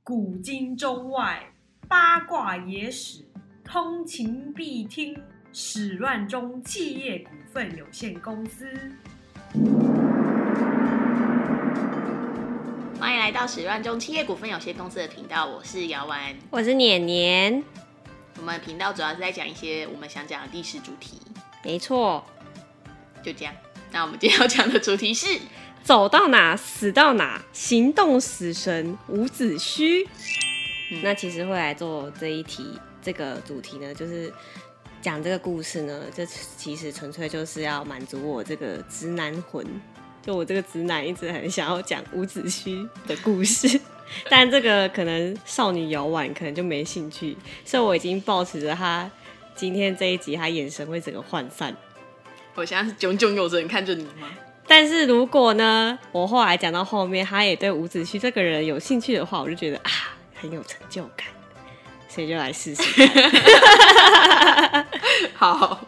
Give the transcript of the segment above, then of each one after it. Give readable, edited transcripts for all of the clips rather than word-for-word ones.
古今中外，八卦野史，通勤必听。始乱终企业股份有限公司。 欢迎来到始乱终企业股份有限公司的频道，我是姚丸， 我是年年。 我们频道主要是在讲一些我们想讲的历史主题。 没错， 就这样。那我们今天要讲的主题是走到哪死到哪，行动死神伍子胥。那其实会来做这一题，这个主题呢，就是讲这个故事呢，这其实纯粹就是要满足我这个直男魂，就我这个直男一直很想要讲伍子胥的故事，但这个可能少女摇丸可能就没兴趣，所以我已经抱持着他今天这一集，他眼神会整个涣散。 我现在是炯炯有神看着你吗？ 但是如果呢，我后来讲到后面，他也对伍子胥这个人有兴趣的话，我就觉得很有成就感，所以就来试试看。 好，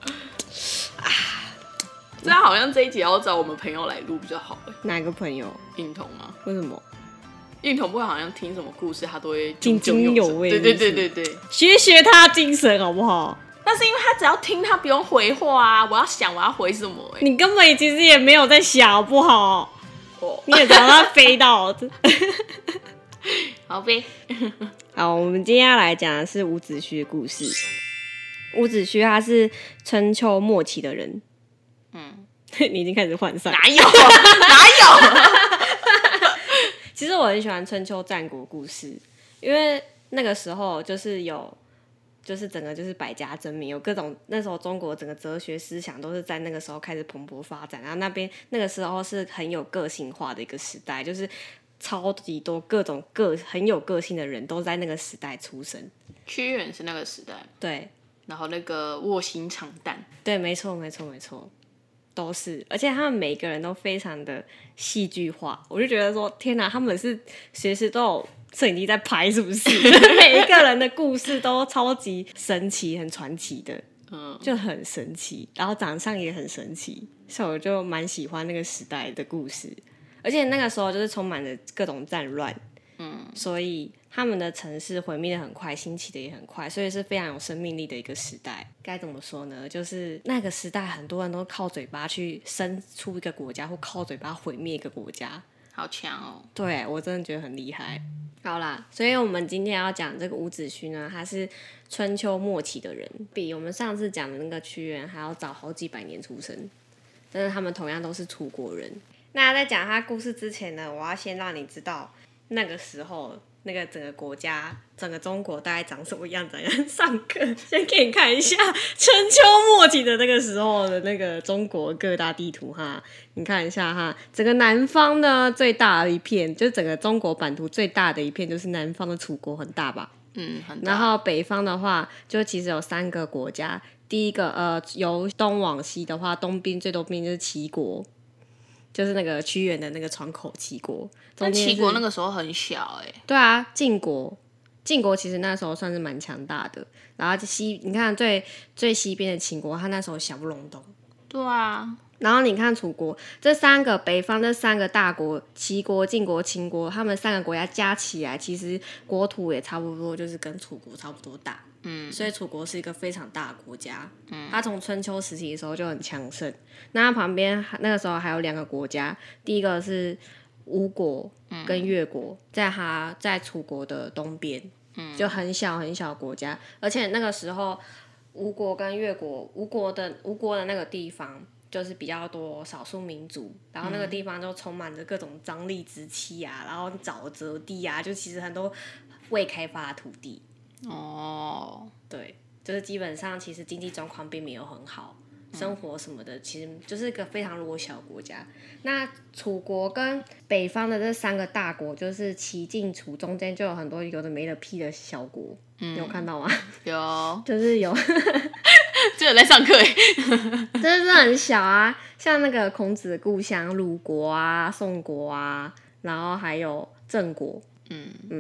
这样好像这一集要找我们朋友来录比较好。 哪个朋友？ 运彤啊？ 为什么？ 运彤不会好像听什么故事，他都会津津有味。 对， 学他精神好不好？ 但是因为他只要听，他不用回话啊。我要想我要回什么你根本其实也没有在想好不好？你也让他飞到。 好呗。 好，我们今天要来讲的是伍子胥的故事。伍子胥他是春秋末期的人。你已经开始涣散。 哪有？ 其实我很喜欢春秋战国故事，因为那个时候就是整个就是百家争鸣，有各种，那时候中国整个哲学思想都是在那个时候开始蓬勃发展，然后那个时候是很有个性化的一个时代，就是超级多各种很有个性的人都在那个时代出生。 屈原是那个时代， 对， 然后那个卧薪尝胆， 对，没错，都是，而且他们每个人都非常的戏剧化，我就觉得说，天哪，他们是随时都有摄影机在拍，是不是？每一个人的故事都超级神奇，很传奇的，就很神奇，然后长相也很神奇，所以我就蛮喜欢那个时代的故事，而且那个时候就是充满着各种战乱，所以他们的城市毁灭的很快，兴起的也很快，所以是非常有生命力的一个时代。该怎么说呢？就是那个时代很多人都靠嘴巴去生出一个国家，或靠嘴巴毁灭一个国家。 好强哦！ 对，我真的觉得很厉害。好啦，所以我们今天要讲这个伍子胥呢，他是春秋末期的人，比我们上次讲的那个屈原还要早好几百年出生，但是他们同样都是楚国人。那在讲他故事之前呢，我要先让你知道那个时候那个整个国家，整个中国大概长什么样子。上课先给你看一下春秋末期的那个时候的那个中国各大地图哈，你看一下哈，整个南方呢最大的一片，就是整个中国版图最大的一片就是南方的楚国，很大吧？ 很大。 然后北方的话，就其实有3个国家，第一个由东往西的话，东边最东边就是齐国。就是那个屈原的那个窗口齐国， 但齐国那个时候很小对啊，晋国其实那时候算是蛮强大的。然后你看最西边的秦国，他那时候小不隆咚。 对啊。 然后你看楚国这3个北方这3个大国，齐国、晋国、秦国，他们3个国家加起来，其实国土也差不多，就是跟楚国差不多大。所以楚国是一个非常大的国家，它从春秋时期的时候就很强盛。那它旁边那个时候还有2个国家，第一个是吴国跟越国，在楚国的东边，就很小很小的国家。而且那个时候吴国跟越国，吴国的那个地方就是比较多少数民族，然后那个地方就充满着各种瘴疠之气啊，然后沼泽地啊，就其实很多未开发的土地。对，就是基本上其实经济状况并没有很好，生活什么的其实就是一个非常弱小的国家。那楚国跟北方的这3个大国，就是齐晋楚，中间就有很多有的没的屁的小国，你有看到吗？ 有， 就是有这有在上课真的很小啊，像那个孔子的故乡鲁国啊、宋国啊，然后还有郑国，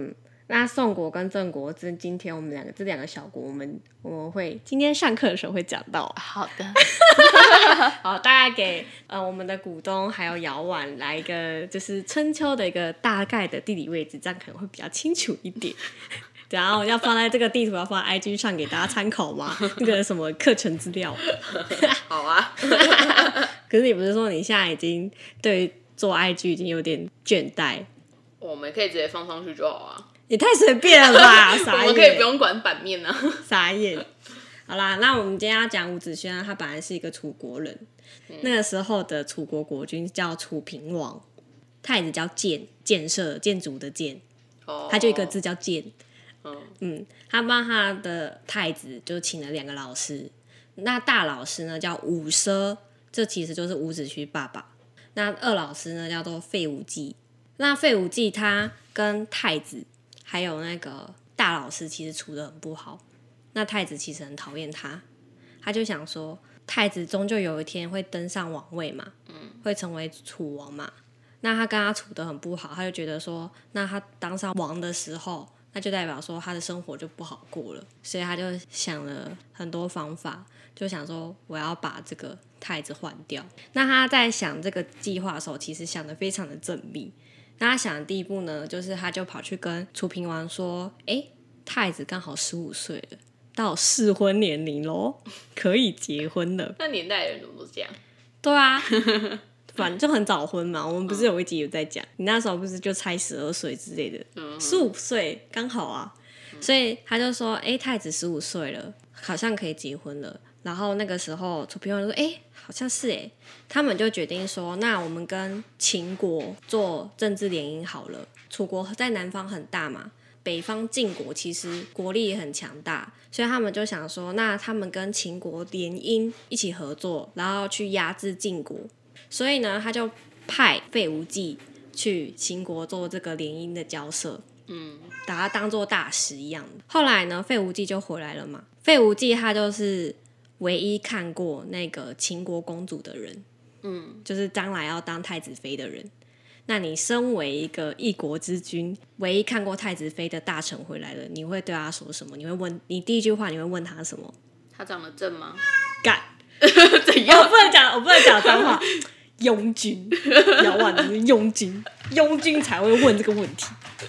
那宋国跟郑国是今天我们这两个小国，我们会今天上课的时候会讲到。 好的， 好，大概给我们的股东还有姚婉来一个就是春秋的一个大概的地理位置，这样可能会比较清楚一点。然后要放在这个地图，要放在 IG 上给大家参考吗？那个什么课程资料。 好啊。 可是你不是说你现在已经对做 IG 已经有点倦怠？ 我们可以直接放上去就好啊。 也太随便了吧！傻眼。 我们可以不用管版面啊。 傻眼。好啦，那我们今天要讲伍子胥，他本来是一个楚国人。那个时候的楚国国君叫楚平王，太子叫建设建筑的建，他就一个字叫建。他帮他的太子就请了2个老师，那大老师呢叫伍奢，这其实就是伍子胥爸爸。那二老师呢叫做费无忌。那费无忌他跟太子还有那个大老师其实处得很不好，那太子其实很讨厌他，他就想说太子终究有一天会登上王位嘛，会成为楚王嘛，那他跟他处得很不好，他就觉得说那他当上王的时候，那就代表说他的生活就不好过了，所以他就想了很多方法，就想说我要把这个太子换掉。那他在想这个计划的时候，其实想得非常的缜密。那他想的第一步呢，就是他就跑去跟楚平王说，太子刚好15岁了，到适婚年龄咯，可以结婚了。 那年代的人怎么都这样？ 对啊，反正就很早婚嘛。我们不是有一集有在讲，你那时候不是就猜12岁之类的，15岁刚好啊。所以他就说，太子15岁了，好像可以结婚了。然后那个时候楚平王就说，好像是他们就决定说，那我们跟秦国做政治联姻好了。楚国在南方很大嘛，北方晋国其实国力也很强大，所以他们就想说，那他们跟秦国联姻一起合作，然后去压制晋国。所以呢，他就派费无忌去秦国做这个联姻的交涉，把他当做大使一样。后来呢，费无忌就回来了嘛。费无忌他就是唯一看过那个秦国公主的人，就是将来要当太子妃的人。那你身为一个一国之君，唯一看过太子妃的大臣回来了，你会对他说什么？你第一句话你会问他什么？ 他长得正吗？ 干怎样？ 我不能讲脏话。庸君，姚婉的是庸君，庸君才会问这个问题。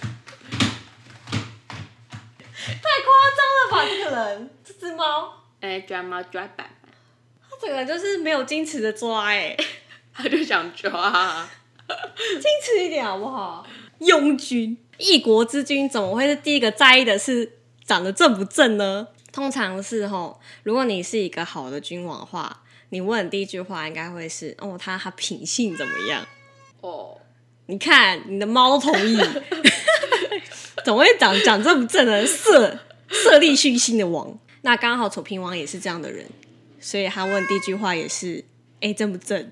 太夸张了吧！这个人，这只猫， 抓猫抓板， 他整个就是没有矜持的抓， 他就想抓， 矜持一点好不好？庸君，一国之君怎么会是第一个在意的是长得正不正呢？通常是如果你是一个好的君王的话，你问的第一句话应该会是他品性怎么样？你看你的猫都同意，怎么会讲正不正的色厉熏心的王？那刚好楚平王也是这样的人，所以他问第一句话也是正不正？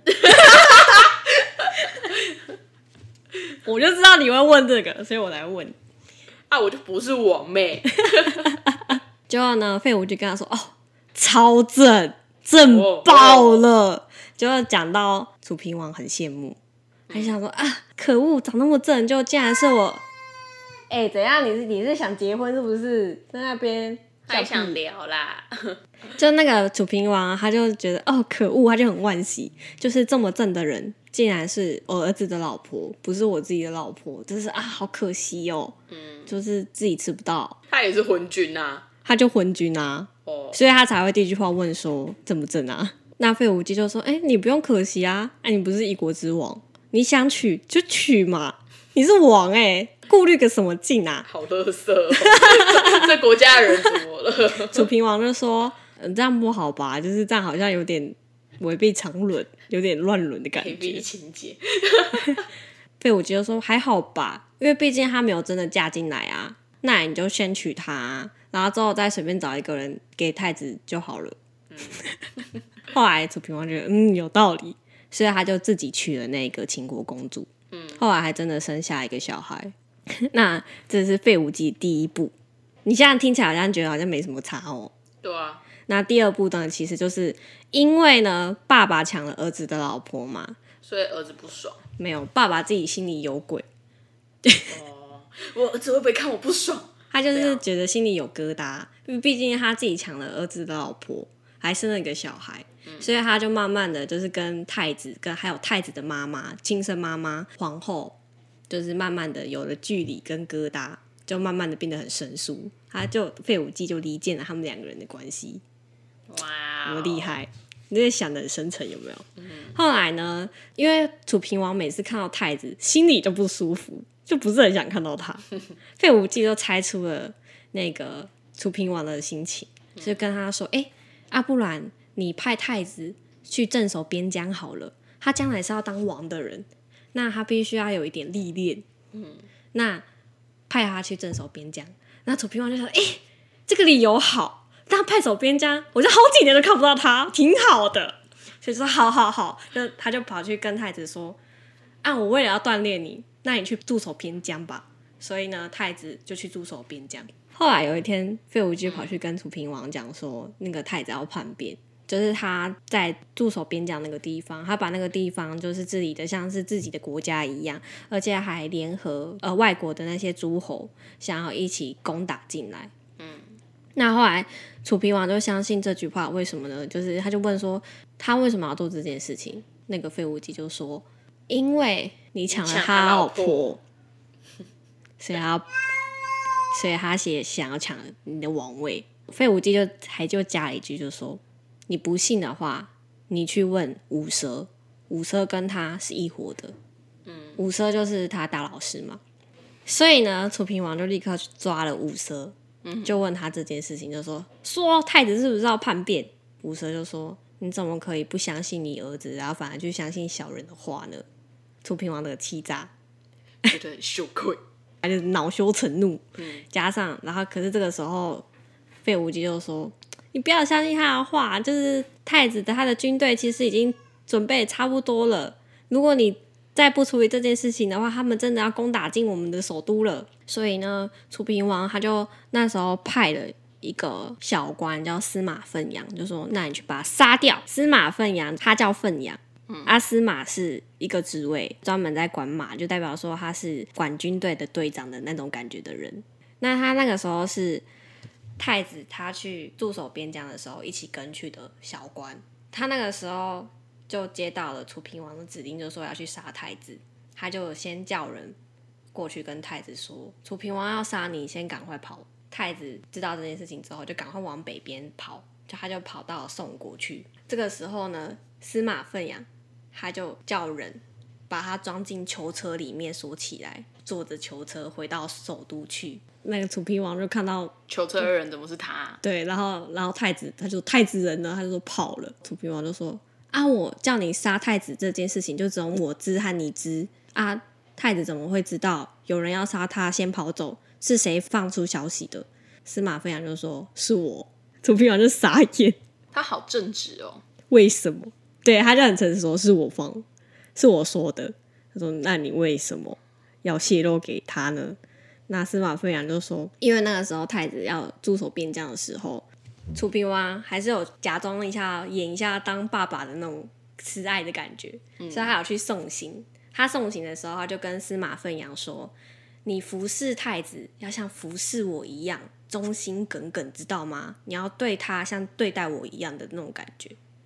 我就知道你会问这个，所以我来问啊，我就不是王妹。 结果呢，费无忌跟他说超正爆了。结果讲到楚平王很羡慕，还想说可恶，长那么正，就竟然是我。怎样？你是想结婚是不是？在那边还想聊啦。 就那个楚平王，他就觉得可恶，他就很惋惜，就是这么正的人，竟然是我儿子的老婆，不是我自己的老婆，真是好可惜哦。就是自己吃不到。 他也是昏君啊。 他就昏君啊，所以他才会第一句话问说正不正啊？那费无忌就说你不用可惜啊，你不是一国之王，你想娶就娶嘛，你是王顾虑个什么劲啊？ 好垃圾这国家的人怎么了？ 楚平王就说这样不好吧，就是这样好像有点违背常伦，有点乱伦的感觉。 AV 情节。 费无忌就说还好吧，因为毕竟他没有真的嫁进来啊，那你就先娶她然后之后再随便找一个人给太子就好了。后来楚平王觉得有道理，所以他就自己娶了那个秦国公主。后来还真的生下一个小孩。那这是费无忌第一步，你现在听起来好像觉得好像没什么差对啊。 那第二步呢，其实就是因为呢爸爸抢了儿子的老婆嘛， 所以儿子不爽。 没有，爸爸自己心里有鬼。 我儿子会不会看我不爽？ 他就是觉得心里有疙瘩，毕竟他自己抢了儿子的老婆，还生了一个小孩，所以他就慢慢的就是跟太子，还有太子的妈妈，亲生妈妈皇后，就是慢慢的有了距离跟疙瘩，就慢慢的变得很生疏。他就废武纪就离间了他们两个人的关系。 哇， 多厉害！你这想的很深沉，有没有？后来呢，因为楚平王每次看到太子，心里就不舒服，就不是很想看到他。废武纪就猜出了那个楚平王的心情，就跟他说：“不然你派太子去镇守边疆好了。他将来是要当王的人，那他必须要有一点历练。那派他去镇守边疆。那楚平王就说：这个理由好。”但派守边疆，我就好几年都看不到他，挺好的。所以说好，他就跑去跟太子说：“我为了要锻炼你，那你去驻守边疆吧。”所以呢，太子就去驻守边疆。后来有一天，废武纪跑去跟楚平王讲说，那个太子要叛变，就是他在驻守边疆那个地方，他把那个地方就是治理的像是自己的国家一样，而且还联合外国的那些诸侯，想要一起攻打进来。那后来楚平王就相信这句话，为什么呢？就是他就问说他为什么要做这件事情？那个废武纪就说：“因为你抢了他老婆，所以他也想要抢你的王位。”废武纪就加了一句，就说：“你不信的话，你去问五蛇，五蛇跟他是一伙的。五蛇就是他大老师嘛。所以呢，楚平王就立刻去抓了五蛇。就问他这件事情，就说太子是不是要叛变？五蛇就说：“你怎么可以不相信你儿子，然后反而去相信小人的话呢？”楚平王的气炸， 觉得很羞愧， 他就恼羞成怒。加上，然后可是这个时候，废武纪就说：“你不要相信他的话，就是太子的他的军队其实已经准备差不多了。如果你再不处理这件事情的话，他们真的要攻打进我们的首都了。”所以呢，楚平王他就那时候派了一个小官叫司马奋阳，就说：“那你去把他杀掉。”司马奋阳他叫奋阳，司马是一个职位，专门在管马，就代表说他是管军队的队长的那种感觉的人。那他那个时候是太子他去驻守边疆的时候一起跟去的小官，他那个时候就接到了楚平王的指令，就说要去杀太子，他就先叫人过去跟太子说：“楚平王要杀你，先赶快跑。”太子知道这件事情之后，就赶快往北边跑，他就跑到宋国去。这个时候呢，司马奋阳他就叫人把他装进囚车里面锁起来，坐着囚车回到首都去。那个楚平王就看到囚车的人怎么是他？ 对，然后太子他就太子人呢，他就说跑了。楚平王就说：“我叫你杀太子这件事情，就只有我知和你知啊。”太子怎么会知道有人要杀他先跑走？是谁放出消息的？司马奋阳就说：“是我。”楚平王就傻眼， 他好正直哦。 为什么？对，他就很诚实说：“是我说的。”他说：“那你为什么要泄露给他呢？”那司马奋阳就说：“因为那个时候太子要驻守边疆的时候，楚平王还是有假装一下演一下当爸爸的那种慈爱的感觉，所以他有去送行。他送行的时候，他就跟司马奋阳说：“你服侍太子要像服侍我一样忠心耿耿，知道吗？你要对他像对待我一样的那种感觉。”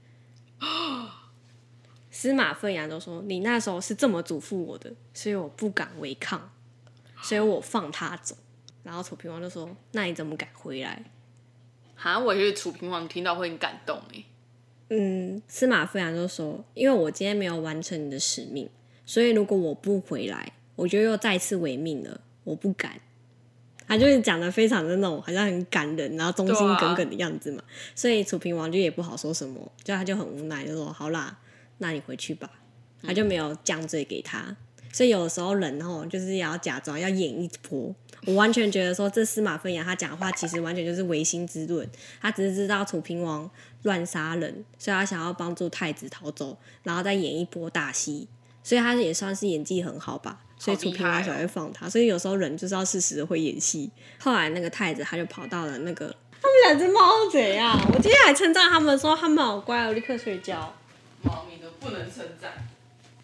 司马奋阳就说：“你那时候是这么嘱咐我的，所以我不敢违抗，所以我放他走。”然后楚平王就说：“那你怎么敢回来？” 我觉得楚平王听到会很感动耶。 司马奋阳就说：“因为我今天没有完成你的使命。所以如果我不回来，我就又再次违命了，我不敢。”他就是讲的非常的那种好像很感人，然后忠心耿耿的样子嘛。所以楚平王就也不好说什么，他就很无奈，就说：“好啦，那你回去吧。”他就没有降罪给他。所以有的时候人就是要假装要演一波。我完全觉得说这司马奋阳他讲的话其实完全就是违心之论，他只是知道楚平王乱杀人，所以他想要帮助太子逃走，然后再演一波大戏。所以他也算是演技很好吧，所以楚平王才会放他。所以有时候人就是要适时的会演戏。后来那个太子他就跑到了那个，他们两只猫怎样？我今天还称赞他们说他们好乖，我立刻睡觉。 猫咪都不能称赞。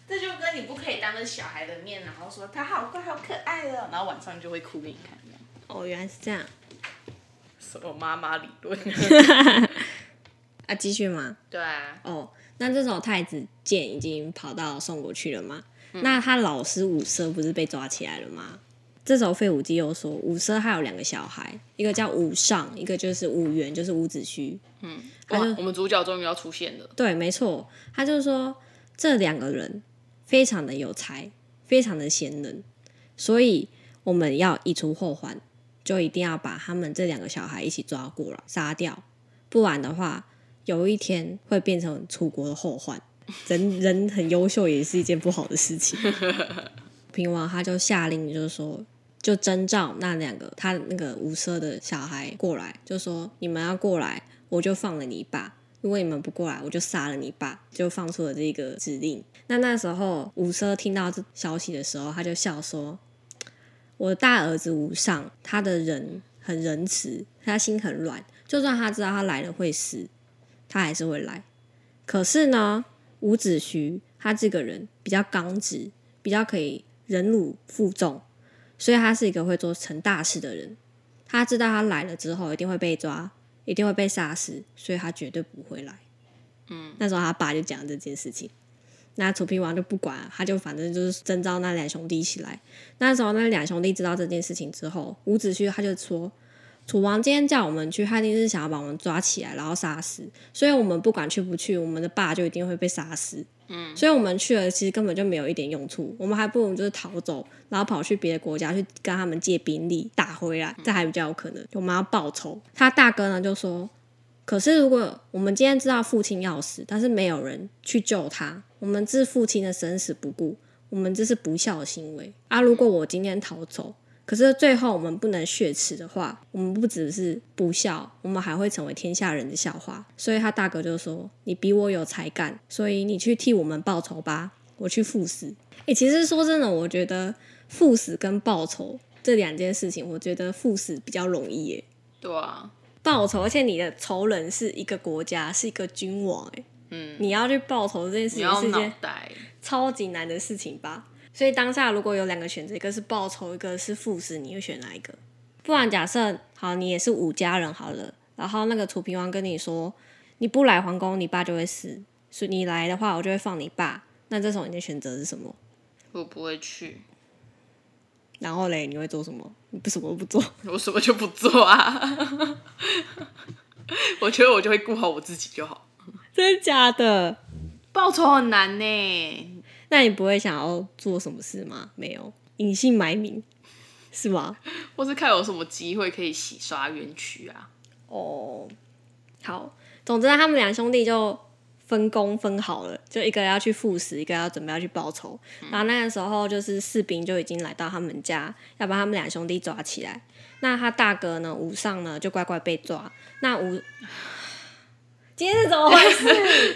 这就跟你不可以当着小孩的面，然后说他好乖好可爱哦，然后晚上就会哭给你看。 哦，原来是这样。 什么妈妈理论？ 啊，继续吗？ 对啊。 哦，那这时候太子建已经跑到宋国去了嘛？那他老师伍奢不是被抓起来了吗？这时候费无忌又说，伍奢还有2个小孩，一个叫伍尚，一个就是伍员，就是伍子胥。 哇，我们主角终于要出现了。 对，没错，他就说这2个人非常的有才，非常的贤能，所以我们要一出后患，就一定要把他们这2个小孩一起抓过来杀掉，不然的话，有一天会变成楚国的后患。人很优秀也是一件不好的事情。平王他就下令，就是说，就征召那2个他那个伍奢的小孩过来，就说你们要过来，我就放了你爸；如果你们不过来，我就杀了你爸。就放出了这个指令。那时候伍奢听到这消息的时候，他就笑说：“我的大儿子伍尚，他的人很仁慈，他心很软，就算他知道他来了会死，他还是会来。可是呢，伍子胥他这个人比较刚直，比较可以忍辱负重，所以他是一个会做成大事的人。他知道他来了之后一定会被抓，一定会被杀死，所以他绝对不会来。”那时候他爸就讲这件事情。那楚平王就不管，他就反正就是征召那2兄弟一起来。那时候那2兄弟知道这件事情之后，伍子胥他就说：“楚王今天叫我们去，他一定是想要把我们抓起来，然后杀死。所以我们不管去不去，我们的爸就一定会被杀死。所以我们去了，其实根本就没有一点用处。我们还不如就是逃走，然后跑去别的国家去跟他们借兵力打回来，这还比较有可能。我们要报仇。”他大哥呢就说：“可是如果我们今天知道父亲要死，但是没有人去救他，我们置父亲的生死不顾，我们这是不孝的行为啊！如果我今天逃走，可是最后我们不能血耻的话，我们不只是不孝，我们还会成为天下人的笑话。”所以他大哥就说：“你比我有才干，所以你去替我们报仇吧，我去赴死。”其实说真的，我觉得赴死跟报仇这2件事情，我觉得赴死比较容易耶。 对啊。 报仇，而且你的仇人是一个国家，是一个君王，你要去报仇这件事情是一件超级难的事情吧？所以当下如果有2个选择，一个是报仇，一个是赴死，你会选哪一个？不然假设好，你也是伍家人好了，然后那个楚平王跟你说，你不来皇宫，你爸就会死，所以你来的话，我就会放你爸。那这时候你的选择是什么？ 我不会去。 然后嘞，你会做什么？你什么都不做？ 我什么就不做啊。我觉得我就会顾好我自己就好。 真的假的？ 报仇很难呢。 那你不会想要做什么事吗？没有，隐姓埋名是吗？ 或是看有什么机会可以洗刷冤屈啊。 哦，好，总之他们2兄弟就分工分好了，就一个要去赴死，一个要准备要去报仇。然后那个时候就是士兵就已经来到他们家，要把他们2兄弟抓起来。那他大哥呢，伍尚呢就乖乖被抓。那今天是怎么回事？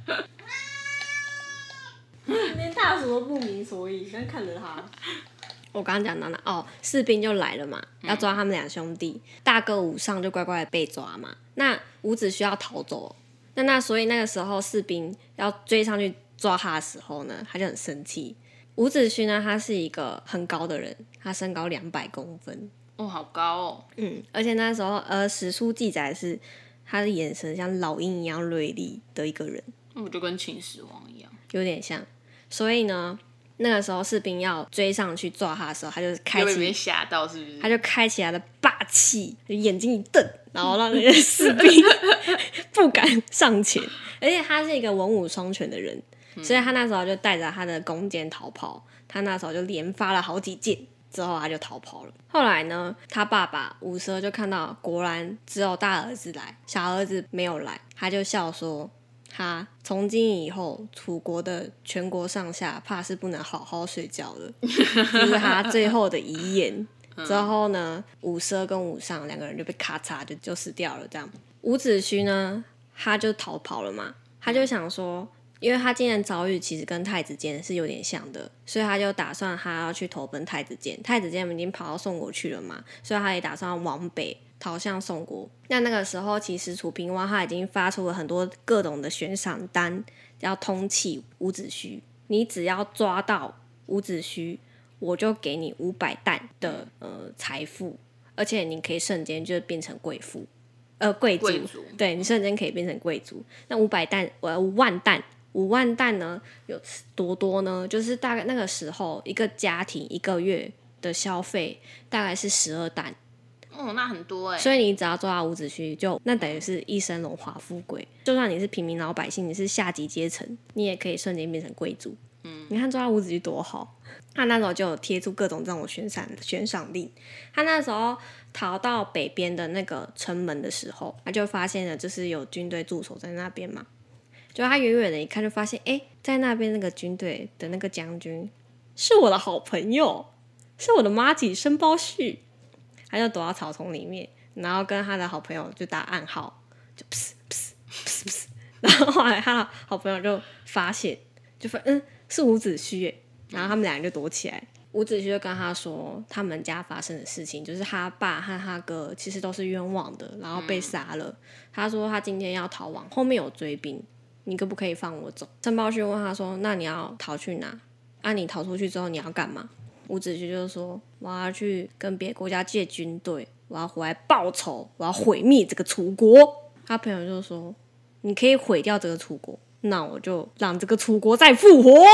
今天大叔都不明所以，刚看着他。我刚刚讲到哪？士兵就来了嘛，要抓他们2兄弟。大哥伍尚就乖乖的被抓嘛。那伍子胥要逃走，所以那个时候士兵要追上去抓他的时候呢，他就很生气。伍子胥呢，他是一个很高的人，他身高200公分。 哦，好高哦。 而且那时候史书记载是他的眼神像老鹰一样锐利的一个人。 那不就跟秦始皇一样？ 有点像。所以呢，那个时候士兵要追上去抓他的时候，他就开启， 被吓到是不是？ 他就开启他的霸气，就眼睛一瞪，然后让那些士兵不敢上前。而且他是一个文武双全的人，所以他那时候就带着他的弓箭逃跑。他那时候就连发了好几箭，之后他就逃跑了。后来呢，他爸爸伍奢就看到果然只有大儿子来，小儿子没有来，他就笑说，他从今以后楚国的全国上下怕是不能好好睡觉了。这是他最后的遗言。之后呢，伍奢跟伍尚2个人就被咔嚓就死掉了。这样，伍子胥呢，他就逃跑了嘛。他就想说，因为他今天的遭遇其实跟太子建是有点像的，所以他就打算他要去投奔太子建。太子建已经跑到宋国去了嘛，所以他也打算往北逃向宋国。那个时候其实楚平王他已经发出了很多各种的悬赏单，要通缉伍子胥。 你只要抓到伍子胥，我就给你500担的财富，而且你可以瞬间就变成贵族，对，你瞬间可以变成贵族。那500担，5万担呢，有多多呢？就是大概那个时候，一个家庭1个月的消费大概是12担。 哦，那很多所以你只要抓到伍子胥，那等于是一生荣华富贵。就算你是平民老百姓，你是下级阶层，你也可以瞬间变成贵族。你看抓到伍子胥多好，他那时候就有贴出各种这种悬赏令。他那时候逃到北边的那个城门的时候，他就发现了就是有军队驻守在那边嘛。就他远远的一看，就发现在那边那个军队的那个将军是我的好朋友，是我的麻吉申包胥。他就躲到草丛里面，然后跟他的好朋友就打暗号，就噗噗噗噗。然后后来他的好朋友就发现，是伍子胥耶，然后他们两个就躲起来。伍子胥就跟他说他们家发生的事情，就是他爸和他哥其实都是冤枉的，然后被杀了。他说他今天要逃亡，后面有追兵，你可不可以放我走？申包胥问他说，那你要逃去哪？你逃出去之后你要干嘛？伍子胥就说，我要去跟别的国家借军队，我要回来报仇，我要毁灭这个楚国。他朋友就说，你可以毁掉这个楚国，那我就让这个楚国再复活。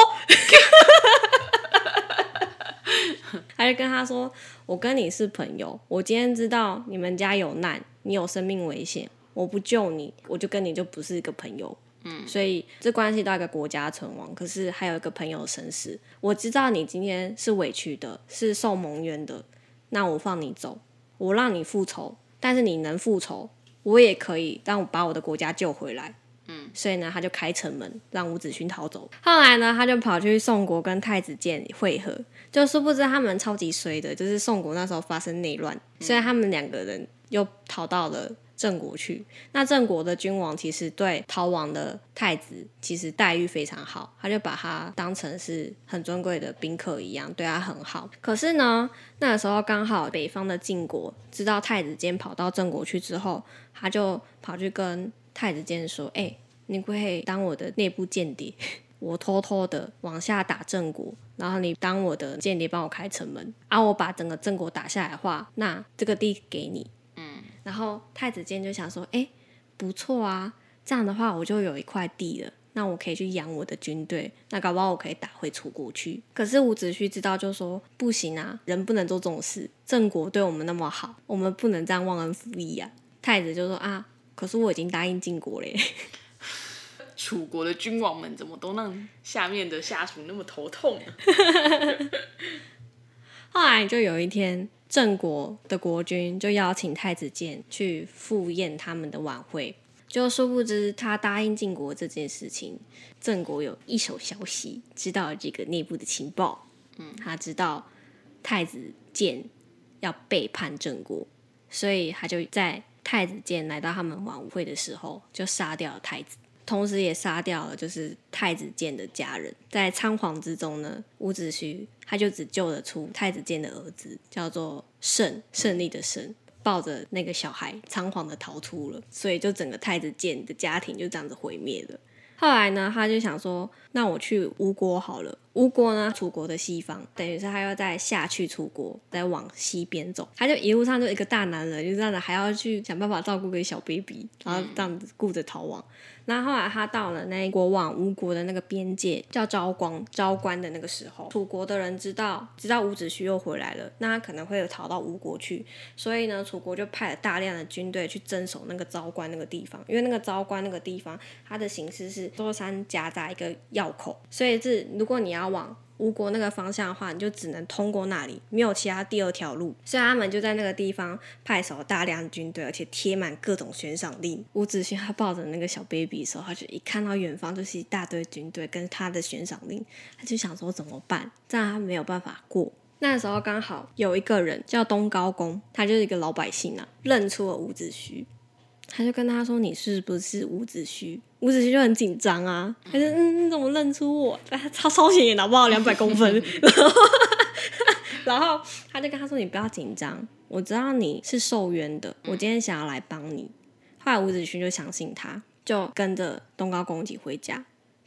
他就跟他说，我跟你是朋友，我今天知道你们家有难，你有生命危险，我不救你，我就跟你就不是一个朋友。所以这关系到一个国家存亡，可是还有一个朋友生死。我知道你今天是委屈的，是受蒙冤的，那我放你走，我让你复仇，但是你能复仇，我也可以让我把我的国家救回来。所以呢，他就开城门让伍子胥逃走。后来呢，他就跑去宋国跟太子建会合，就殊不知他们超级衰的，就是宋国那时候发生内乱，所以他们2个人又逃到了郑国去。那郑国的君王其实对逃亡的太子其实待遇非常好，他就把他当成是很尊贵的宾客一样，对他很好。可是呢，那个时候刚好北方的晋国知道太子建跑到郑国去之后，他就跑去跟太子建说，你可以当我的内部间谍，我偷偷的往下打郑国，然后你当我的间谍帮我开城门，我把整个郑国打下来的话，那这个地给你。然后太子建就想说，不错啊，这样的话我就有一块地了，那我可以去养我的军队，那搞不好我可以打回楚国去。可是伍子胥知道就说，不行啊，人不能做这种事，郑国对我们那么好，我们不能这样忘恩负义啊。太子就说，可是我已经答应晋国了耶。 楚国的君王们怎么都让下面的下属那么头痛呢？ 后来就有一天，郑国的国君就邀请太子建去赴宴他们的晚会，就殊不知他答应晋国这件事情，郑国有一手消息知道这个内部的情报。他知道太子建要背叛郑国，所以他就在太子建来到他们晚会的时候就杀掉了太子，同时也杀掉了就是太子建的家人。在仓皇之中呢，伍子胥他就只救得出太子建的儿子，叫做胜利的胜，抱着那个小孩仓皇的逃出了，所以就整个太子建的家庭就这样子毁灭了。后来呢，他就想说，那我去吴国好了。吴国呢，楚国的西方，等于是他要再下去楚国，再往西边走。他就一路上就一个大男人，就这样子还要去想办法照顾个小 baby， 然后这样子顾着逃亡。那后来他到了那国往吴国的那个边界，叫昭关的那个时候，楚国的人知道伍子胥又回来了，那他可能会有逃到吴国去，所以呢，楚国就派了大量的军队去镇守那个昭关那个地方。因为那个昭关那个地方，它的形式是多山夹杂一个要口，所以是如果你要往吴国那个方向的话，你就只能通过那里，没有其他第二条路。所以他们就在那个地方派守大量军队，而且贴满各种悬赏令。伍子胥他抱着那个小 baby 的时候，他就一看到远方就是一大堆军队跟他的悬赏令，他就想说怎么办？这样他没有办法过。那时候刚好有一个人叫东高公，他就是一个老百姓认出了伍子胥，他就跟他说，你是不是伍子胥？伍子胥就很紧张啊，他就你怎么认出我？他超显眼，好不好？200公分。然后他就跟他说，你不要紧张，我知道你是受冤的，我今天想要来帮你。后来伍子胥就相信他，就跟着东高公一起回家。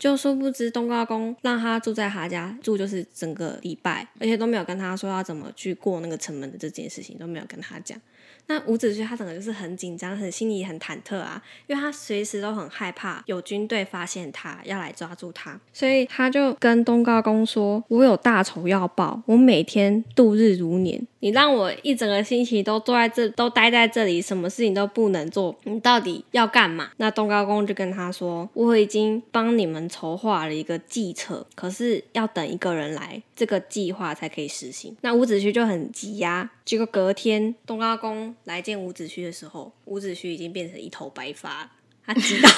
就殊不知东高公让他住在他家住就是整个礼拜，而且都没有跟他说要怎么去过那个城门的这件事情，都没有跟他讲。那伍子胥他整个就是很紧张，心里很忐忑啊，因为他随时都很害怕有军队发现他要来抓住他，所以他就跟东高公说，我有大仇要报，我每天度日如年，你让我一整个星期都待在这里，什么事情都不能做，你到底要干嘛？那东高公就跟他说，我已经帮你们筹划了一个计策，可是要等一个人来，这个计划才可以实行。那伍子胥就很急呀，结果隔天东高公来见伍子胥的时候，伍子胥已经变成一头白发了，他急到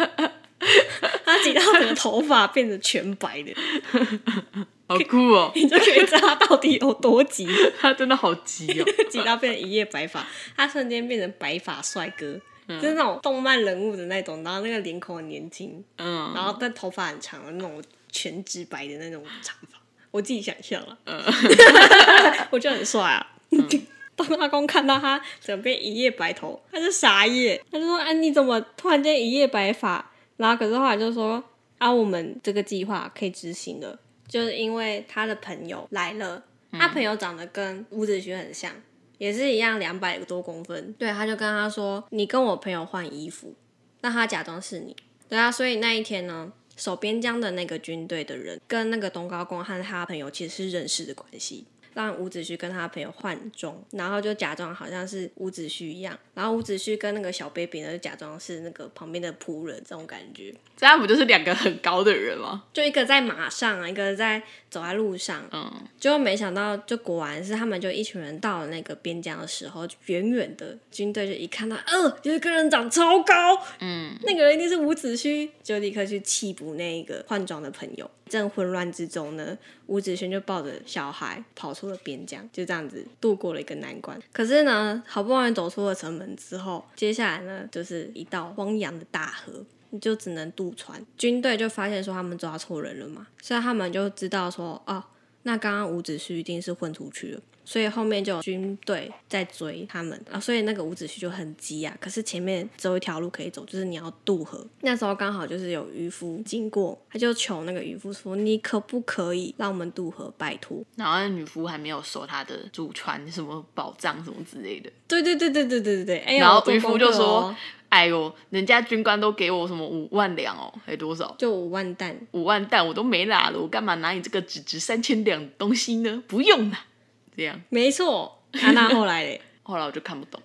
整个头发变成全白的， 好酷哦！ 你就可以知道他到底有多急， 他真的好急哦， 急到变成一夜白发，他瞬间变成白发帅哥。就是那种动漫人物的那种，然后那个脸孔很年轻，然后但头发很长的那种全直白的那种长发，我自己想象了，我觉得很帅啊。东高公看到他整变一夜白头，他就傻眼，他就说：“啊，你怎么突然间一夜白发？”然后可是后来就说：“啊，我们这个计划可以执行了，就是因为他的朋友来了，他朋友长得跟伍子胥很像。”也是一样200多公分，对，他就跟他说，你跟我朋友换衣服，让他假装是你。对啊，所以那一天呢，守边疆的那个军队的人跟那个东高公和他朋友其实是认识的关系，让伍子胥跟他朋友换装，然后就假装好像是伍子胥一样，然后伍子胥跟那个小 baby 呢就假装是那个旁边的仆人，这种感觉。 这样不就是2个很高的人吗？ 就一个在马上啊，一个在走在路上，就没想到，就果然是他们就一群人到了那个边疆的时候，远远的军队就一看到，有一个人长超高，那个人一定是伍子胥，就立刻去缉捕那个换装的朋友。正混乱之中呢，伍子胥就抱着小孩跑出了边疆，就这样子度过了一个难关。可是呢，好不容易走出了城门之后，接下来呢就是一道汪洋的大河。你就只能渡船，军队就发现说他们抓错人了嘛，所以他们就知道说，那刚刚伍子胥一定是混出去了，所以后面就有军队在追他们啊，所以那个伍子胥就很急啊，可是前面只有一条路可以走，就是你要渡河。那时候刚好就是有渔夫经过，他就求那个渔夫说，你可不可以让我们渡河，拜托。 然后那渔夫还没有收他的祖传什么宝藏什么之类的。 对，哎， 然后渔夫就说，哎呦，人家军官都给我什么5万两哦，还多少？ 就5万担 ，5万担我都没拿了，我干嘛拿你这个只值3000两的东西呢？不用啦，这样没错。那后来嘞？ 后来我就看不懂。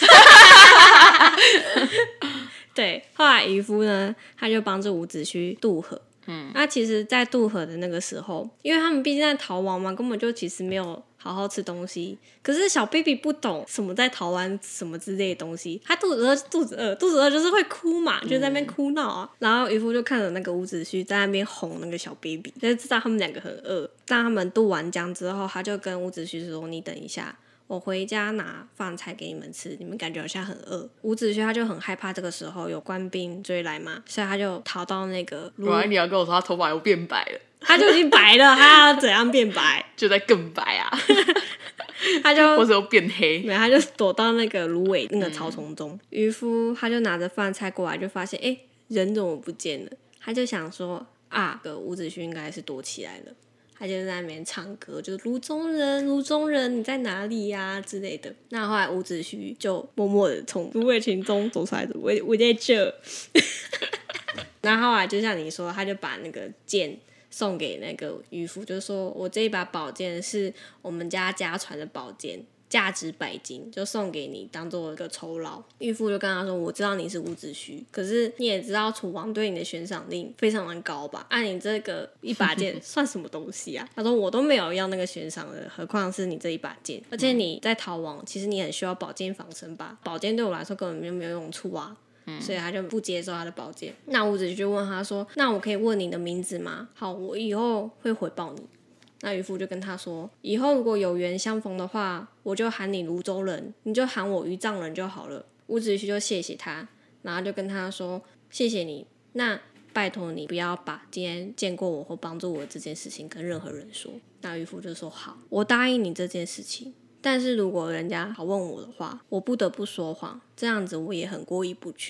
对，后来渔夫呢，他就帮助伍子胥渡河。那其实，在渡河的那个时候，因为他们毕竟在逃亡嘛，根本就其实没有好好吃东西。可是小 baby 不懂什么在逃亡什么之类的东西，他肚子饿就是会哭嘛，就在那边哭闹啊。然后渔夫就看着那个伍子胥在那边哄那个小 baby， 就知道他们2个很饿。当他们渡完江之后，他就跟伍子胥说：“你等一下。”我回家拿饭菜给你们吃，你们感觉好像很饿。伍子胥他就很害怕这个时候有官兵追来嘛，所以他就逃到那个果然你要跟我说他头发又变白了， 他就已经白了，他要怎样变白？ 就在更白啊。 他就或者又变黑， 没有，他就躲到那个芦苇那个草丛中。渔夫他就拿着饭菜过来，就发现人怎么不见了？他就想说伍子胥应该是躲起来了。他就在那边唱歌，就是卢中人你在哪里呀之类的。那后来伍子胥就默默的从芦苇群中走出来，我在这。然后后来就像你说，他就把那个剑送给那个渔夫，就说我这一把宝剑是我们家传的宝剑，价值100斤，就送给你当做一个酬劳。渔夫就跟他说，我知道你是伍子胥，可是你也知道楚王对你的悬赏令非常的高吧，按你这个一把剑算什么东西啊？他说我都没有要那个悬赏的，何况是你这一把剑，而且你在逃亡，其实你很需要宝剑防身吧，宝剑对我来说根本就没有用处啊。所以他就不接受他的宝剑。那伍子胥就问他说，那我可以问你的名字吗？好，我以后会回报你。那渔夫就跟他说，以后如果有缘相逢的话，我就喊你泸州人，你就喊我渔丈人就好了。伍子胥就谢谢他，然后就跟他说，谢谢你，那拜托你不要把今天见过我或帮助我这件事情跟任何人说。那渔夫就说，好，我答应你这件事情，但是如果人家好问我的话，我不得不说谎，这样子我也很过意不去。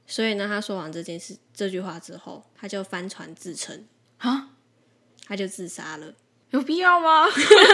所以呢，他说完这句话之后，他就翻船自沉，他就自杀了。 有必要吗？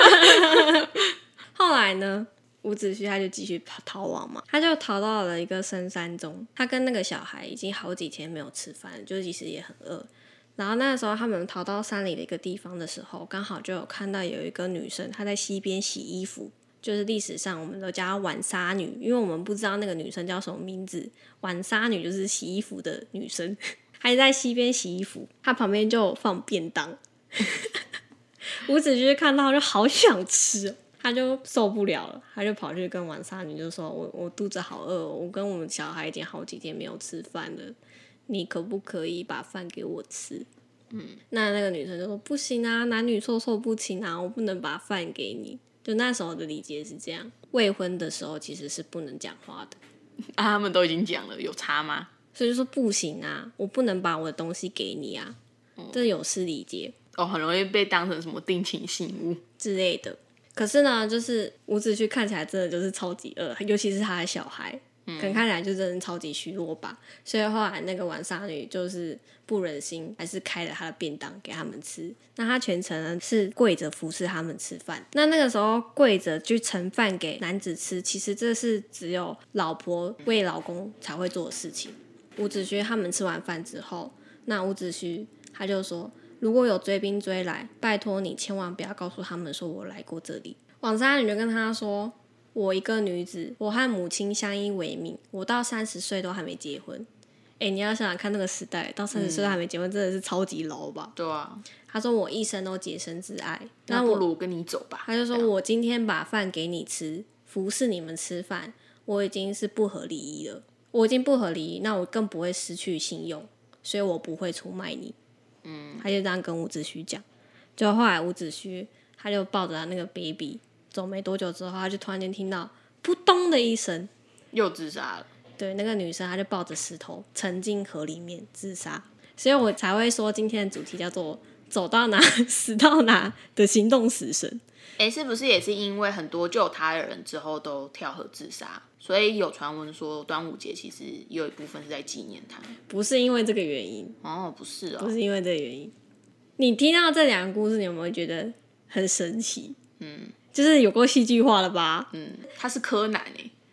后来呢，伍子胥他就继续逃亡嘛，他就逃到了一个深山中，他跟那个小孩已经好几天没有吃饭了，就是其实也很饿。然后那个时候他们逃到山里的一个地方的时候，刚好就有看到有一个女生她在溪边洗衣服，就是历史上我们都叫她浣纱女，因为我们不知道那个女生叫什么名字，浣纱女就是洗衣服的女生，她在溪边洗衣服，她旁边就有放便当，伍子胥看到就好想吃哦，他就受不了了，他就跑去跟浣纱女就说我肚子好饿哦，我跟我们小孩已经好几天没有吃饭了，你可不可以把饭给我吃？那个女生就说不行啊，男女授受不亲啊，我不能把饭给你。就那时候的礼节是这样，未婚的时候其实是不能讲话的啊，他们都已经讲了，有差吗？ 所以就说不行啊，我不能把我的东西给你啊，这有失礼节很容易被当成什么定情信物之类的。可是呢，就是伍子胥看起来真的就是超级饿，尤其是他的小孩，可能看起来就真的超级虚弱吧。所以后来那个浣纱女就是不忍心，还是开了他的便当给他们吃。那他全程呢是跪着服侍他们吃饭。那个时候跪着去盛饭给男子吃，其实这是只有老婆为老公才会做的事情。伍子胥他们吃完饭之后，那伍子胥他就说，如果有追兵追来，拜托你千万不要告诉他们说我来过这里。浣纱女就跟他说，我一个女子，我和母亲相依为命，我到30岁都还没结婚。你要想想看那个时代，到30岁都还没结婚，真的是超级老吧？ 对啊。 他说我一生都洁身自爱， 那不如跟你走吧。 他就说我今天把饭给你吃，服侍你们吃饭，我已经是不合礼仪了，我已经不合礼仪，那我更不会失去信用，所以我不会出卖你。他就这样跟伍子胥讲。就后来伍子胥他就抱着他那个 baby 走没多久之后，他就突然间听到扑通的一声， 又自杀了。 对，那个女生她就抱着石头沉进河里面自杀。所以我才会说今天的主题叫做走到哪死到哪的行动死神。 是不是也是因为很多救他的人之后都跳河自杀，所以有传闻说端午节其实有一部分是在纪念他？ 不是因为这个原因不是哦， 不是因为这个原因。你听到这两个故事，你有没有觉得很神奇？就是有够戏剧化了吧？ 他是柯南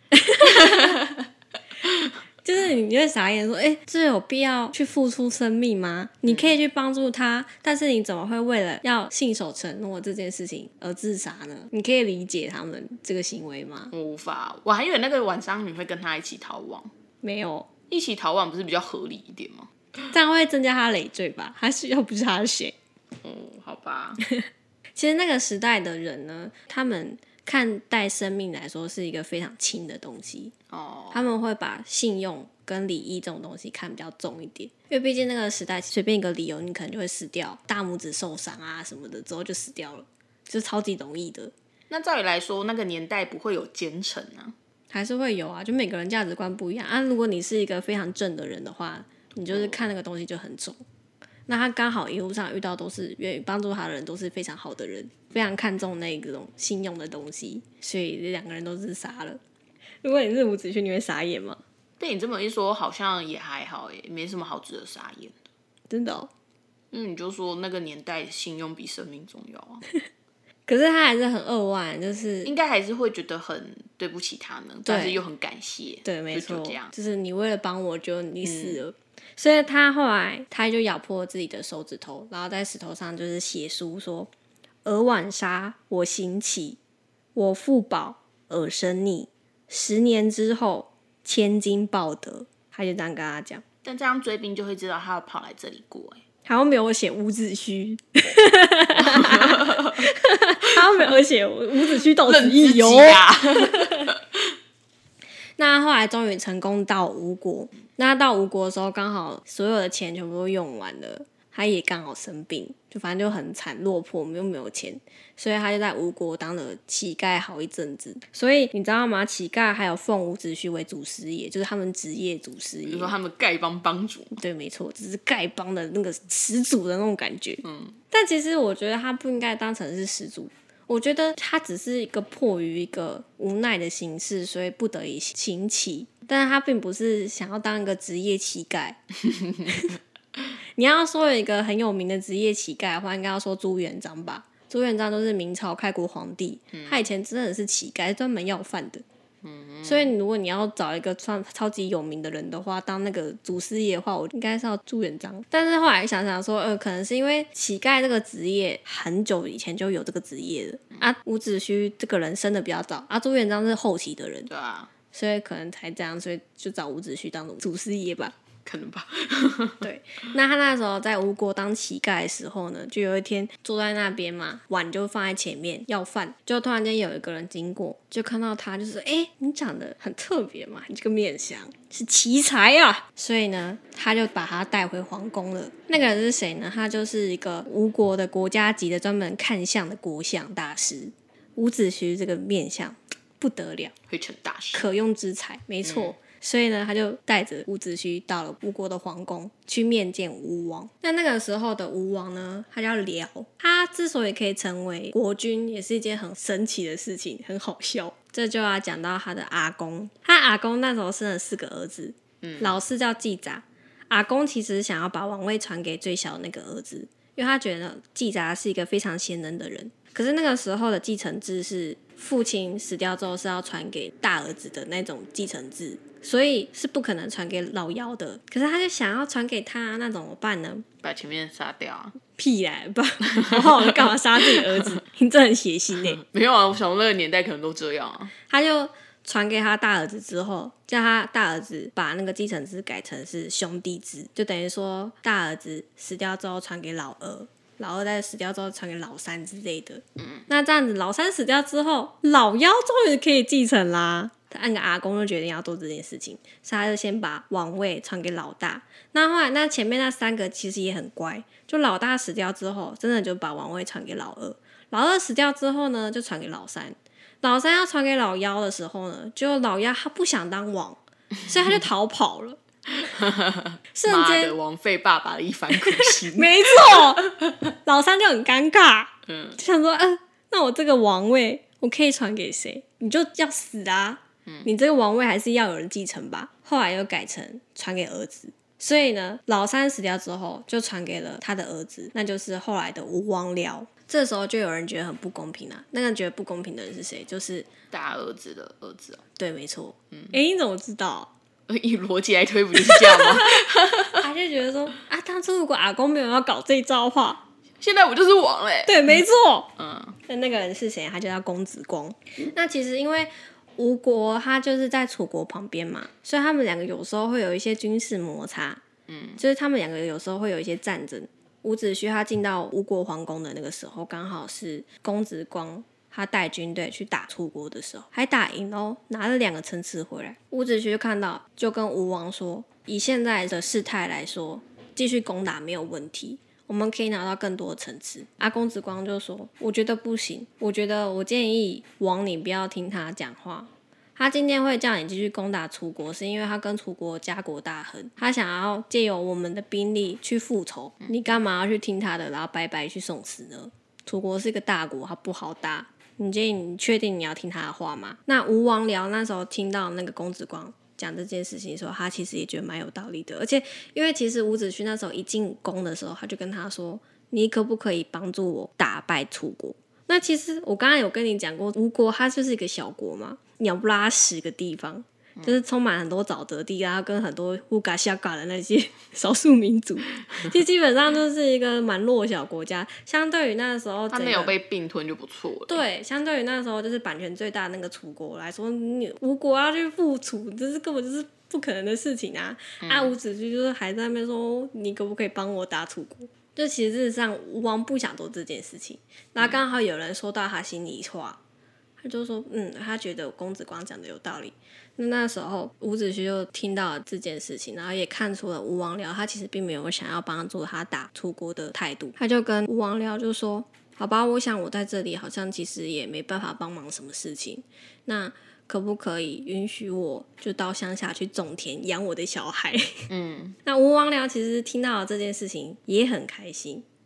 就是你会傻眼说，这有必要去付出生命吗？你可以去帮助他，但是你怎么会为了要信守承诺这件事情而自杀呢？你可以理解他们这个行为吗？ 我无法，我还以为那个浣纱女会跟他一起逃亡。 没有， 一起逃亡不是比较合理一点吗？ 这样会增加他累赘吧？他是又不是他的谁？ 好吧。 其实那个时代的人呢，他们看待生命来说是一个非常轻的东西。他们会把信用跟礼义这种东西看比较重一点，因为毕竟那个时代随便一个理由你可能就会死掉，大拇指受伤啊什么的之后就死掉了，就超级容易的。 那照理来说那个年代不会有奸臣啊？ 还是会有啊，就每个人价值观不一样啊。如果你是一个非常正的人的话，你就是看那个东西就很重。那他刚好一路上遇到都是愿意帮助他的人，都是非常好的人，非常看重那种信用的东西，所以两个人都自杀了。如果你是伍子胥，你会傻眼吗？ 对你这么一说，好像也还好耶，没什么好值得傻眼的。 真的哦？ 你就说那个年代信用比生命重要啊。 可是他还是很扼腕，就是应该还是会觉得很对不起他们，但是又很感谢。 对，没错， 就这样， 就是你为了帮我，就你死了。所以他后来他就咬破自己的手指头，然后在石头上就是写书说：“尔浣纱，我行乞，我父宝，尔生逆。10年之后，千金报得。”他就这样跟他讲。 但这样追兵就会知道他要跑来这里过好像没有写伍子胥，他没有写伍子胥到此一游。那后来终于成功到吴国。那他到吴国的时候，刚好所有的钱全部都用完了，他也刚好生病，就反正就很惨落魄，又没有钱，所以他就在吴国当了乞丐好一阵子。所以你知道吗？乞丐还有奉伍子胥为祖师爷，就是他们职业祖师爷， 比如说他们丐帮帮主。 对，没错，只是丐帮的那个始祖的那种感觉。但其实我觉得他不应该当成是始祖，我觉得他只是一个迫于一个无奈的形式，所以不得已行乞。 但是他并不是想要当一个职业乞丐。你要说有一个很有名的职业乞丐的话，应该要说朱元璋吧。朱元璋就是明朝开国皇帝，他以前真的是乞丐，专门要饭的。所以如果你要找一个超级有名的人的话，当那个祖师爷的话，我应该是要朱元璋。但是后来想想说，可能是因为乞丐这个职业很久以前就有这个职业了啊。伍子胥这个人生的比较早啊，朱元璋是后期的人， 对啊， 所以可能才这样，所以就找伍子胥当祖师爷吧。 可能吧。 对，那他那时候在吴国当乞丐的时候呢，就有一天坐在那边嘛，碗就放在前面要饭，就突然间有一个人经过，就看到他，就是你长得很特别嘛，你这个面相是奇才啊，所以呢，他就把他带回皇宫了。那个人是谁呢？他就是一个吴国的国家级的专门看相的国相大师。伍子胥这个面相不得了， 会成大事， 可用之才，没错。所以呢，他就带着伍子胥到了吴国的皇宫去面见吴王。那个时候的吴王呢，他叫辽。他之所以可以成为国君，也是一件很神奇的事情，很好笑。这就要讲到他的阿公。他阿公那时候生了4个儿子，老四叫季札。阿公其实想要把王位传给最小的那个儿子，因为他觉得季札是一个非常贤能的人。可是那个时候的继承制是父亲死掉之后是要传给大儿子的那种继承制，所以是不可能传给老幺的。可是他就想要传给他，那怎么办呢？ 把前面杀掉啊！ 屁来吧！好好干嘛杀自己儿子？你这很血腥欸。 没有啊，我想那个年代可能都这样啊。 他就传给他大儿子之后，叫他大儿子把那个继承制改成是兄弟制，就等于说大儿子死掉之后传给老二，老二再死掉之后传给老三之类的。那这样子老三死掉之后，老幺终于可以继承啦。那个阿公就决定要做这件事情，所以他就先把王位传给老大。那后来那前面那3个其实也很乖，就老大死掉之后，真的就把王位传给老二。老二死掉之后呢，就传给老三。老三要传给老幺的时候呢，就老幺他不想当王，所以他就逃跑了。瞬间妈的，王废爸爸的一番苦心。 没错，老三就很尴尬，就想说，那我这个王位我可以传给谁？你就要死啊！你这个王位还是要有人继承吧。后来又改成传给儿子，所以呢，老三死掉之后就传给了他的儿子，那就是后来的吴王僚。这时候就有人觉得很不公平啊。那个觉得不公平的人是谁？就是大儿子的儿子哦。 对，没错。你怎么知道？ 以逻辑来推，不就是这样吗？ 他就觉得说啊，当初如果阿公没有要搞这一招的话， 现在我就是王嘞。 对，没错。那个人是谁？他就叫公子光。那其实因为吴国他就是在楚国旁边嘛，所以他们两个有时候会有一些军事摩擦。就是他们两个有时候会有一些战争。伍子胥他进到吴国皇宫的那个时候，刚好是公子光他带军队去打楚国的时候，还打赢哦，拿了2个城池回来。伍子胥就看到，就跟吴王说，以现在的事态来说，继续攻打没有问题，我们可以拿到更多的城池。公子光就说，我觉得不行，我建议王你不要听他讲话。他今天会叫你继续攻打楚国，是因为他跟楚国家国大恨，他想要借由我们的兵力去复仇。你干嘛要去听他的，然后白白去送死呢？楚国是一个大国，他不好打。你确定你要听他的话吗？那吴王僚那时候听到那个公子光讲这件事情的时候，他其实也觉得蛮有道理的。而且因为其实伍子胥那时候一进宫的时候，他就跟他说，你可不可以帮助我打败楚国？那其实我刚刚有跟你讲过，吴国它就是一个小国嘛，鸟不拉屎个地方，就是充满很多沼泽地啊，跟很多乌嘎夏嘎的那些少数民族，其实基本上就是一个蛮弱小国家。相对于那时候， 他没有被并吞就不错了。 对，相对于那时候就是版权最大的那个楚国来说，吴国要去复楚，这是根本就是不可能的事情啊！伍子胥就是还在那边说，你可不可以帮我打楚国？就其实事实上，吴王不想做这件事情，然后刚好有人说到他心里话，他就说，他觉得公子光讲的有道理。那时候伍子胥就听到了这件事情，然后也看出了吴王僚他其实并没有想要帮助他打楚国的态度，他就跟吴王僚就说，好吧，我想我在这里好像其实也没办法帮忙什么事情，那可不可以允许我就到乡下去种田养我的小孩？那吴王僚其实听到了这件事情也很开心，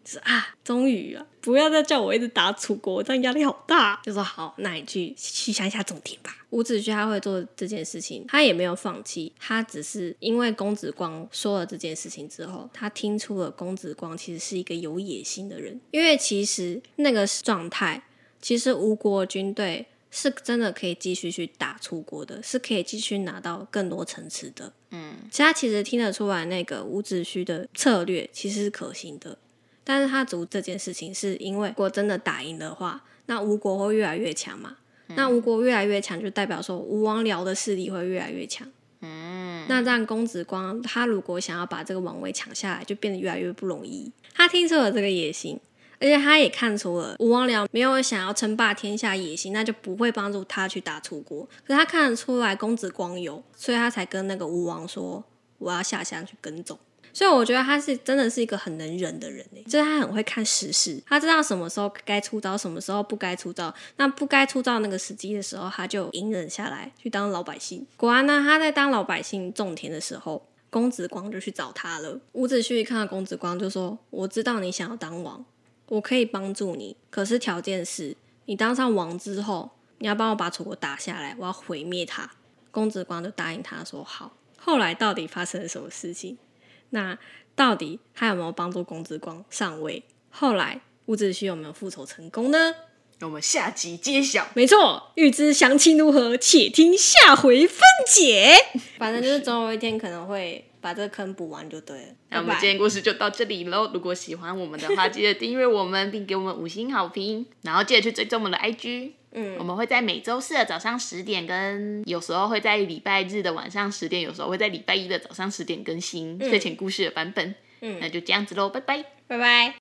就是终于啊，不要再叫我一直打楚国，这样压力好大。就说好，那你去想一下重点吧。伍子胥他会做这件事情，他也没有放弃，他只是因为公子光说了这件事情之后，他听出了公子光其实是一个有野心的人。因为其实那个状态，其实吴国军队是真的可以继续去打楚国的，是可以继续拿到更多城池的。他其实听得出来那个伍子胥的策略其实是可行的，但是他做这件事情是因为如果真的打赢的话，那吴国会越来越强嘛，那吴国越来越强就代表说吴王僚的势力会越来越强。那这样公子光他如果想要把这个王位抢下来就变得越来越不容易。他听出了这个野心，而且他也看出了吴王僚没有想要称霸天下野心，那就不会帮助他去打楚国。可是他看得出来公子光有，所以他才跟那个吴王说我要下乡去耕种。所以我觉得他是真的是一个很能忍的人，就是他很会看时事，他知道什么时候该出招，什么时候不该出招，那不该出招那个时机的时候他就隐忍下来去当老百姓。果然呢，他在当老百姓种田的时候，公子光就去找他了。伍子胥看到公子光就说，我知道你想要当王，我可以帮助你，可是条件是你当上王之后你要帮我把楚国打下来，我要毁灭他。公子光就答应他说好。后来到底发生了什么事情，那到底他有没有帮助公子光上位，后来伍子胥有没有复仇成功呢？ 我们下集揭晓。 没错，欲知详情如何，且听下回分解。反正就是总有一天可能会把这个坑补完就对了。 那我们今天故事就到这里咯。如果喜欢我们的话，记得订阅我们并给我们5星好评，然后记得去追踪我们的 IG。我们会在每周四的早上10点跟有时候会在礼拜日的晚上10点，有时候会在礼拜一的早上10点更新睡前故事的版本。那就这样子咯，拜拜， 拜拜。